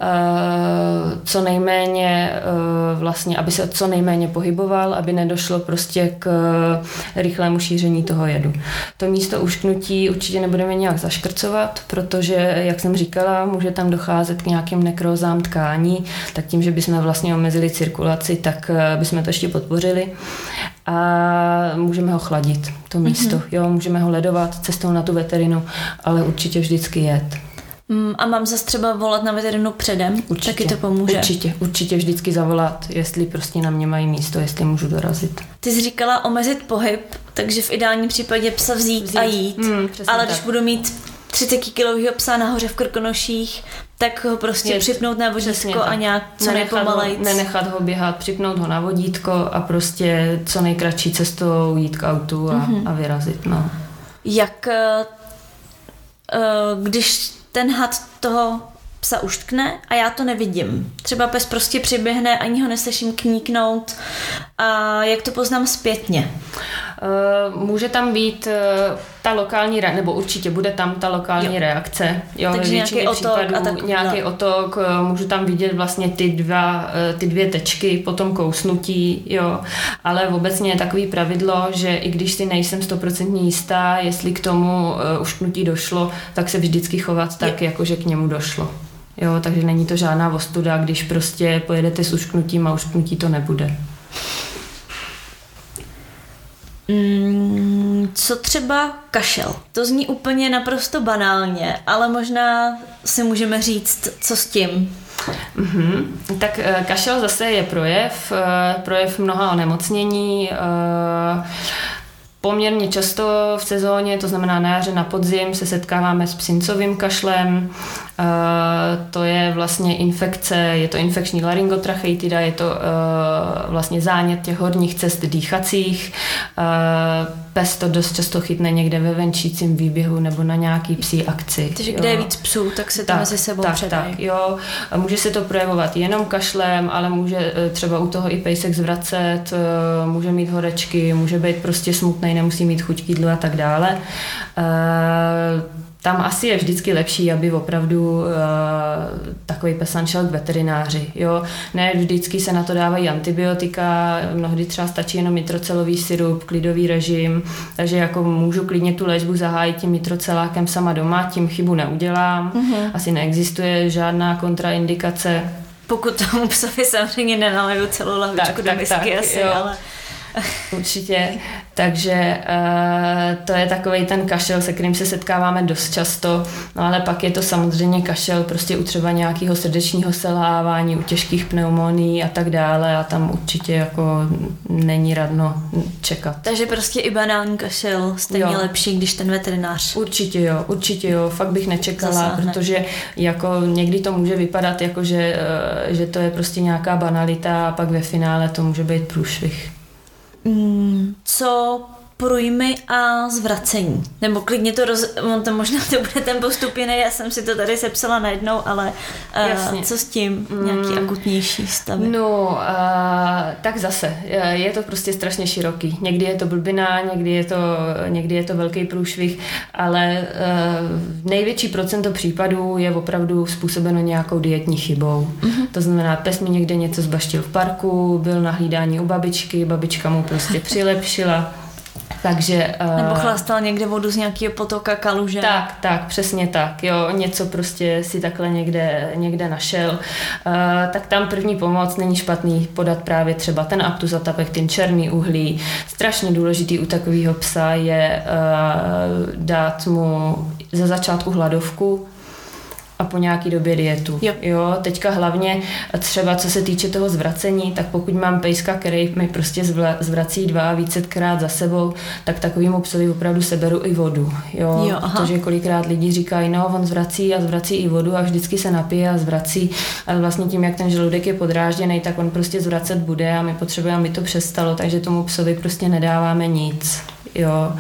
co nejméně vlastně, aby se co nejméně pohyboval, aby nedošlo prostě k rychlému šíření toho jedu. To místo ušknutí určitě nebudeme nějak zaškrcovat, protože, jak jsem říkala, může tam docházet k nějakým nekrózám tkání, tak tím, že bychom vlastně omezili cirkulaci, tak bychom to ještě podpořili a můžeme ho chladit, to místo. Mm-hmm. Jo, můžeme ho ledovat cestou na tu veterinu, ale určitě vždycky jet. A mám zase třeba volat na veterinu předem? Určitě, taky to pomůže? Určitě, určitě vždycky zavolat, jestli prostě na mě mají místo, jestli můžu dorazit. Ty jsi říkala omezit pohyb, takže v ideálním případě psa vzít, vzít. a jít, mm, ale tak. Když budu mít třicet kilovýho psa nahoře v Krkonoších, tak ho prostě Jet. připnout na vodítko a nějak co nejpomalejc. Nenechat ho běhat, připnout ho na vodítko a prostě co nejkratší cestou jít k autu a, mm-hmm. a vyrazit. No. Jak uh, když ten had toho psa uštkne a já to nevidím. Třeba pes prostě přiběhne, ani ho neslyším kníknout. A jak to poznám zpětně? Může tam být ta lokální reakce, nebo určitě bude tam ta lokální jo. reakce. Jo, takže nějaký otok a tak. Nějaký otok, můžu tam vidět vlastně ty, dva, ty dvě tečky po tom kousnutí, jo. Ale obecně je takový pravidlo, že i když si nejsem stoprocentně jistá, jestli k tomu ušknutí došlo, tak se vždycky chovat tak, jo. jako že k němu došlo. Jo, takže není to žádná ostuda, když prostě pojedete s ušknutím a ušknutí to nebude. Mm, co třeba kašel? To zní úplně naprosto banálně, ale možná si můžeme říct, co s tím. Mm-hmm. Tak kašel zase je projev, projev mnoha onemocnění. Poměrně často v sezóně, to znamená na jaře, na podzim, se setkáváme s psincovým kašlem To je vlastně infekce, je to infekční laryngotracheitida, je to vlastně zánět těch horních cest dýchacích. Pes to dost často chytne někde ve venčícím výběhu nebo na nějaký psí akci. Takže kde je víc psů, tak se to tak, mezi sebou tak, předají. Tak, jo. Může se to projevovat jenom kašlem, ale může třeba u toho i pejsek zvracet, může mít horečky, může být prostě smutnej, nemusí mít chuť k jídlu a tak dále. Tam asi je vždycky lepší, aby opravdu uh, takový pesan šel k veterináři. Jo? Ne vždycky se na to dávají antibiotika, mnohdy třeba stačí jenom mitrocelový sirup, klidový režim, takže jako můžu klidně tu léčbu zahájit tím mitrocelákem sama doma, tím chybu neudělám. Mm-hmm. Asi neexistuje žádná kontraindikace. Pokud tomu psovi samozřejmě nenaliju celou lahvičku do misky asi, jo. Ale... Určitě, takže uh, to je takovej ten kašel, se kterým se setkáváme dost často, no ale pak je to samozřejmě kašel prostě u třeba nějakého srdečního selhávání, u těžkých pneumonií a tak dále a tam určitě jako není radno čekat. Takže prostě i banální kašel stejně jo. lepší, když ten veterinář. Určitě jo, určitě jo, fakt bych nečekala, zasáhne. Protože jako někdy to může vypadat jako, že, uh, že to je prostě nějaká banalita a pak ve finále to může být průšvih. Co průjmy a zvracení. Nebo klidně to roz... On to možná to bude ten postup jiný, já jsem si to tady sepsala najednou, ale uh, co s tím? Nějaký mm. akutnější stavy? No, uh, tak zase, je to prostě strašně široký. Někdy je to blbina, někdy je to, někdy je to velký průšvih, ale uh, největší procento případů je opravdu způsobeno nějakou dietní chybou. Mm-hmm. To znamená, pes mi někde něco zbaštil v parku, byl na hlídání u babičky, babička mu prostě přilepšila. Takže, nebo chlastal někde vodu z nějakého potoka, kaluže. Tak, tak, přesně tak. Jo, něco prostě si takhle někde, někde našel. Uh, tak tam první pomoc není špatný podat právě třeba ten Aptuzatapektin, černý uhlí. Strašně důležitý u takového psa je uh, dát mu ze začátku hladovku a po nějaký době dietu. Jo. jo. Teďka hlavně třeba co se týče toho zvracení, tak pokud mám pejska, který mi prostě zvrací dva a vícekrát za sebou, tak takovýmu psovi opravdu seberu i vodu. Jo. Jo, protože kolikrát lidi říkají, no on zvrací a zvrací i vodu a vždycky se napije a zvrací, ale vlastně tím, jak ten žaludek je podrážděný, tak on prostě zvracet bude a my potřebujeme, aby to přestalo, takže tomu psovi prostě nedáváme nic. Jo.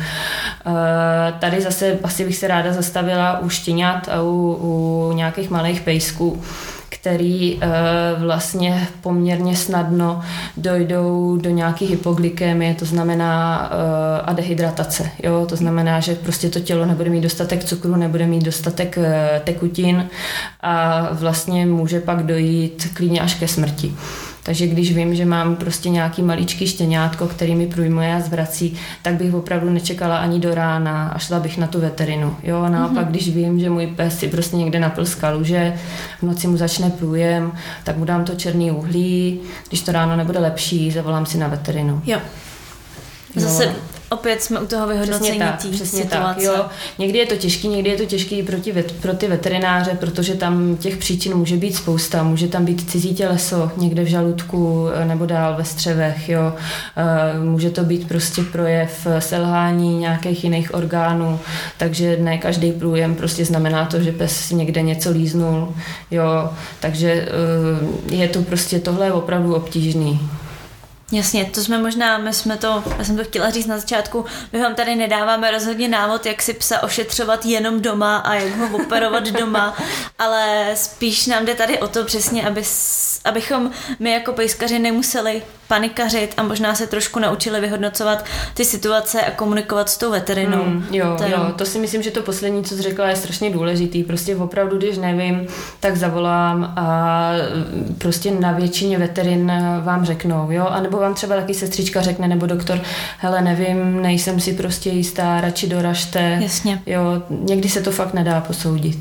Tady zase asi bych se ráda zastavila u štěňat a u, u nějakých malých pejsků, který vlastně poměrně snadno dojdou do nějaké hypoglykemie, to znamená a dehydratace. Jo? To znamená, že prostě to tělo nebude mít dostatek cukru, nebude mít dostatek tekutin a vlastně může pak dojít klidně až ke smrti. Takže když vím, že mám prostě nějaký maličký štěňátko, který mi průjmuje a zvrací, tak bych opravdu nečekala ani do rána a šla bych na tu veterinu. Jo, a naopak, mm-hmm. když vím, že můj pes si prostě někde napil z kaluže, v noci mu začne průjem, tak mu dám to černý uhlí, když to ráno nebude lepší, zavolám si na veterinu. Jo. Zase jo. Opět jsme u toho vyhodnocení té situace. Jo. Někdy je to těžký, někdy je to těžký pro, ty, pro ty veterináře, protože tam těch příčin může být spousta. Může tam být cizí těleso někde v žaludku nebo dál ve střevech. Jo. Může to být prostě projev selhání nějakých jiných orgánů, takže ne každý průjem prostě znamená to, že pes někde něco líznul. Jo. Takže je to prostě, tohle je opravdu obtížný. Jasně, to jsme možná, my jsme to, já jsem to chtěla říct na začátku, my vám tady nedáváme rozhodně návod, jak si psa ošetřovat jenom doma a jak ho operovat doma, ale spíš nám jde tady o to přesně, aby, abychom my jako pejskaři nemuseli panikařit a možná se trošku naučili vyhodnocovat ty situace a komunikovat s tou veterinou. Mm, jo, to, jo, to si myslím, že to poslední, co jsi řekla, je strašně důležitý. Prostě opravdu, když nevím, tak zavolám a prostě na většině veterin vám řeknou, jo, a nebo vám třeba taky sestřička řekne, nebo doktor, hele, nevím, nejsem si prostě jistá, radši doražte. Jasně. Jo, někdy se to fakt nedá posoudit.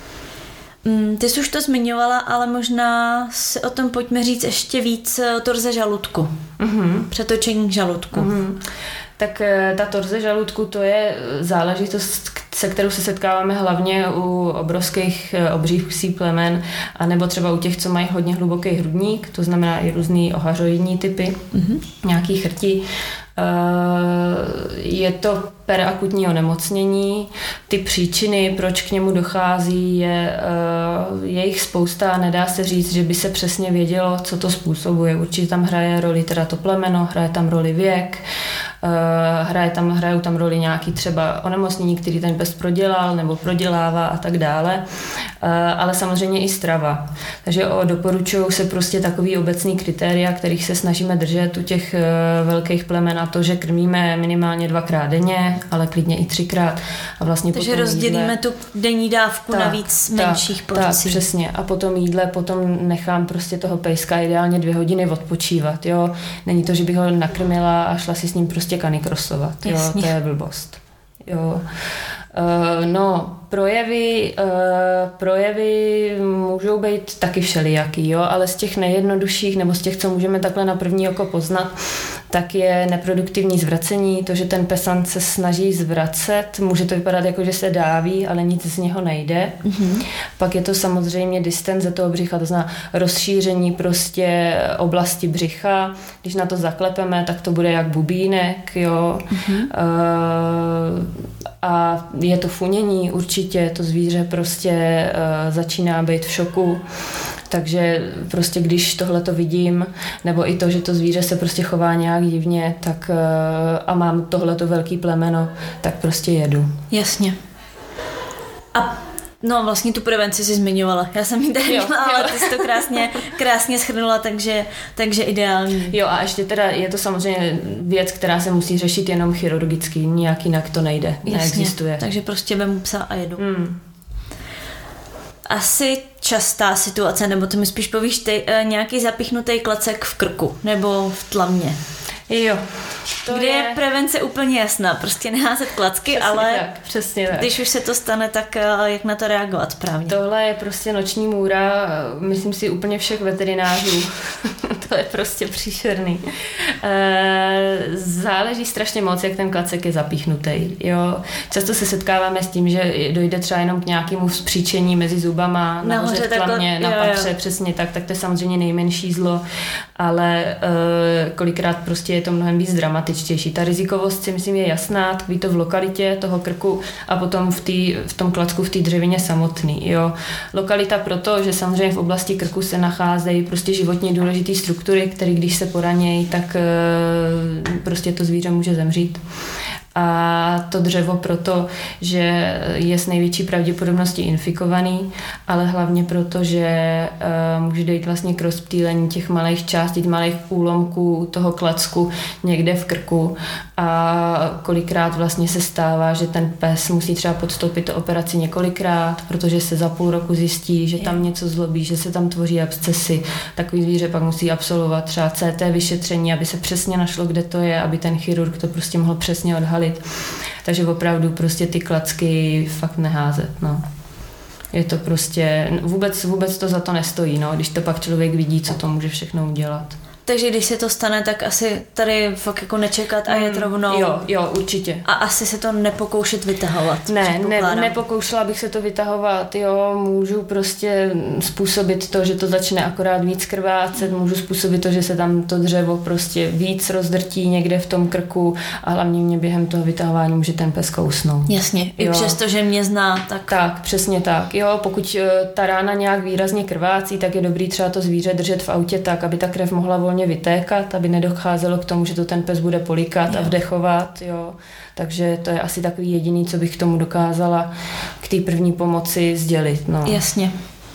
Ty jsi už to zmiňovala, ale možná si o tom pojďme říct ještě víc o torze žaludku. Mm-hmm. Přetočení k žaludku. Mm-hmm. Tak ta torze žaludku, to je záležitost, se kterou se setkáváme hlavně u obrovských obřích psí plemen, anebo třeba u těch, co mají hodně hluboký hrudník, to znamená i různý ohařoidní typy, mm-hmm. nějaký chrti. Je to perakutní onemocnění. Ty příčiny, proč k němu dochází, je, je jich spousta. Nedá se říct, že by se přesně vědělo, co to způsobuje. Určitě tam hraje roli teda to plemeno, hraje tam roli věk, hraje tam, hrajou tam roli nějaký třeba onemocnění, který ten pes prodělal nebo prodělává a tak dále, ale samozřejmě i strava. Takže doporučují se prostě takový obecný kritéria, kterých se snažíme držet u těch velkých plemen, a to, že krmíme minimálně dvakrát denně, ale klidně i třikrát. A vlastně takže rozdělíme jídle, tu denní dávku tak, na víc tak, menších porcí. Tak, přesně. A potom jídle, potom nechám prostě toho pejska ideálně dvě hodiny odpočívat. Jo? Není to, že bych ho nakrmila a šla si s ním prostě kanikrosovat. Jo? To je blbost. Jo. Uh, no, projevy, uh, projevy můžou být taky všelijaký, jo, ale z těch nejjednodušších, nebo z těch, co můžeme takhle na první oko poznat, tak je neproduktivní zvracení, to, že ten pesant se snaží zvracet, může to vypadat jako, že se dáví, ale nic z něho nejde. Mm-hmm. Pak je to samozřejmě distenze toho břicha, to znamená rozšíření prostě oblasti břicha. Když na to zaklepeme, tak to bude jak bubínek, jo. Mm-hmm. Uh, a je to funění, určitě to zvíře prostě uh, začíná být v šoku. Takže prostě když tohle to vidím, nebo i to, že to zvíře se prostě chová nějak divně, tak uh, a mám tohleto velký plemeno, tak prostě jedu. Jasně. A no vlastně tu prevenci si zmiňovala. Já jsem ji tady měla, ale ty jsi to krásně, krásně shrnula, takže, takže ideální. Jo, a ještě teda je to samozřejmě věc, která se musí řešit jenom chirurgicky, nijak jinak to nejde, jasně, neexistuje. Takže prostě vemu psa a jedu. Mm. Asi častá situace, nebo to mi spíš povíš ty, nějaký zapichnutý klacek v krku, nebo v tlamě. Jo. To kde je... je prevence úplně jasná, prostě neházet klacky, přesně ale tak, přesně tak. Když už se to stane, tak jak na to reagovat správně? Tohle je prostě noční můra, myslím si úplně všech veterinářů. To je prostě příšerný. Záleží strašně moc, jak ten klacek je zapíchnutý. Jo. Často se setkáváme s tím, že dojde třeba jenom k nějakému vzpříčení mezi zubama, nahoře v tlamě, na patře, přesně tak, tak to je samozřejmě nejmenší zlo, ale kolikrát prostě je to mnohem víc dramatičtější. Ta rizikovost si myslím je jasná, tkví to v lokalitě toho krku a potom v, tý, v tom klacku v té dřevině samotný. Jo. Lokalita proto, že samozřejmě v oblasti krku se nacházejí prostě životně důležité struktury, které když se poranějí, tak prostě to zvíře může zemřít. A to dřevo proto, že je s největší pravděpodobností infikovaný, ale hlavně proto, že uh, může dojít vlastně k rozptýlení těch malých částí, malých úlomků toho klacku někde v krku a kolikrát vlastně se stává, že ten pes musí třeba podstoupit operaci několikrát, protože se za půl roku zjistí, že tam něco zlobí, že se tam tvoří abscesy. Takový zvíře pak musí absolvovat třeba C T vyšetření, aby se přesně našlo, kde to je, aby ten chirurg to prostě mohl přesně odhalit. Takže opravdu prostě ty klacky fakt neházet, no. Je to prostě, vůbec, vůbec to za to nestojí, no, když to pak člověk vidí, co to může všechno udělat. Takže když se to stane, tak asi tady fakt jako nečekat a jet rovnou. Jo, jo, určitě. A asi se to nepokoušet vytahovat. Ne, ne, nepokoušela bych se to vytahovat, jo, můžu prostě způsobit to, že to začne akorát víc krvácet, můžu způsobit to, že se tam to dřevo prostě víc rozdrtí někde v tom krku a hlavně mě během toho vytahování může ten pes kousnout. Jasně, i přesto, že mě zná, tak... Tak, přesně tak, jo, pokud ta rána nějak výrazně krvácí, tak je dobrý třeba to zvíře držet v autě tak, aby ta krev mohla volně vytékat, aby nedocházelo k tomu, že to ten pes bude políkat jo. a vdechovat, jo. Takže to je asi takový jediný, co bych k tomu dokázala k té první pomoci sdělit, no. Jasně.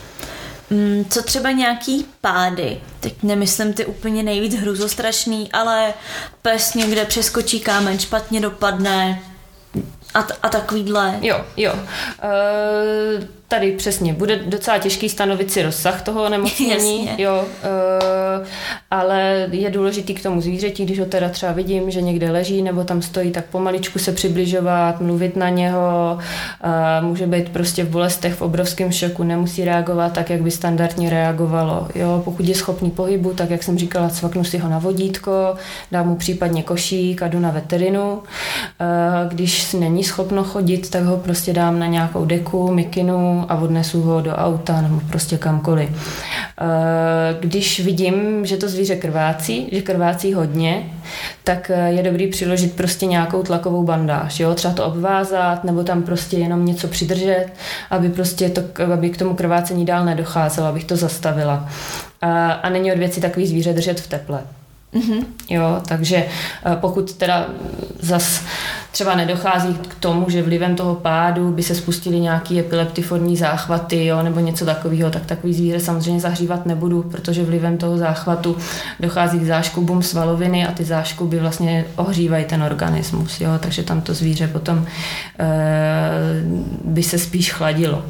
Co třeba nějaký pády? Teď nemyslím ty úplně nejvíc hruzostrašný, ale pes někde přeskočí kámen, špatně dopadne a, t- a takovýhle. Jo, jo. Uh... Tady přesně, bude docela těžký stanovit si rozsah toho onemocnění, jo, e, ale je důležitý k tomu zvířeti, když ho teda třeba vidím, že někde leží nebo tam stojí, tak pomaličku se přibližovat, mluvit na něho, e, může být prostě v bolestech, v obrovském šoku, nemusí reagovat tak, jak by standardně reagovalo. Jo, pokud je schopný pohybu, tak jak jsem říkala, cvaknu si ho na vodítko, dám mu případně košík a jdu na veterinu. E, když není schopno chodit, tak ho prostě dám na nějakou deku, mikinu, vezmu a odnesu ho do auta nebo prostě kamkoliv. Když vidím, že to zvíře krvácí, že krvácí hodně, tak je dobrý přiložit prostě nějakou tlakovou bandáž, jo? Třeba to obvázat nebo tam prostě jenom něco přidržet, aby prostě to, aby k tomu krvácení dál nedocházelo, abych to zastavila. A, a není od věci takový zvíře držet v teple. Mm-hmm. Jo, takže pokud teda zas třeba nedochází k tomu, že vlivem toho pádu by se spustily nějaký epileptiforní záchvaty, jo, nebo něco takového, tak takový zvíře samozřejmě zahřívat nebudu, protože vlivem toho záchvatu dochází k záškubům svaloviny a ty záškuby vlastně ohřívají ten organismus, jo, takže tam to zvíře potom e, by se spíš chladilo.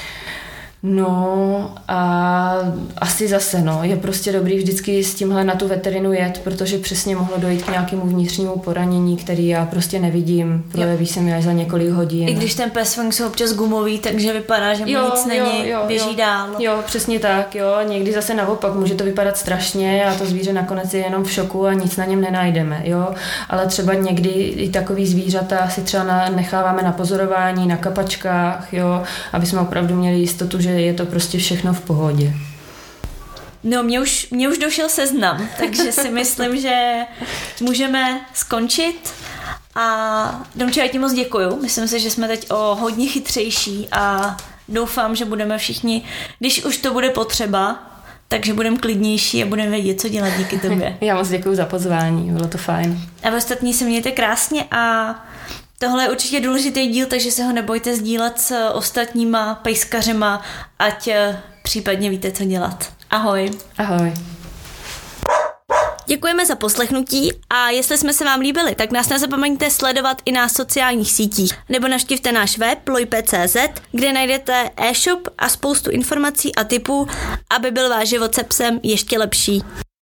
No a asi zase, no, je prostě dobrý vždycky s tímhle na tu veterinu jet, protože přesně mohlo dojít k nějakému vnitřnímu poranění, který já prostě nevidím, projeví se mi až za několik hodin. I když ten pes jsou občas gumový, takže vypadá, že mu jo, nic není, jo, jo, běží jo, dál. Jo, přesně tak, jo, někdy zase naopak může to vypadat strašně a to zvíře nakonec je jenom v šoku a nic na něm nenajdeme, jo, ale třeba někdy i takový zvířata si třeba na, necháváme na pozorování, na kapačkách, jo, aby jsme opravdu měli jistotu, že je to prostě všechno v pohodě. No, mě už, mě už došel seznam, takže si myslím, že můžeme skončit a Domče, já ti moc děkuju. Myslím si, že jsme teď o hodně chytřejší a doufám, že budeme všichni, když už to bude potřeba, takže budeme klidnější a budeme vědět, co dělat díky tobě. Já moc děkuju za pozvání, bylo to fajn. A vy ostatní se mějte krásně a tohle je určitě důležitý díl, takže se ho nebojte sdílet s ostatníma pejskařema, ať případně víte, co dělat. Ahoj. Ahoj. Děkujeme za poslechnutí a jestli jsme se vám líbili, tak nás nezapomeňte sledovat i na sociálních sítích nebo navštivte náš web lojpe tečka cé zet, kde najdete e-shop a spoustu informací a tipů, aby byl váš život se psem ještě lepší.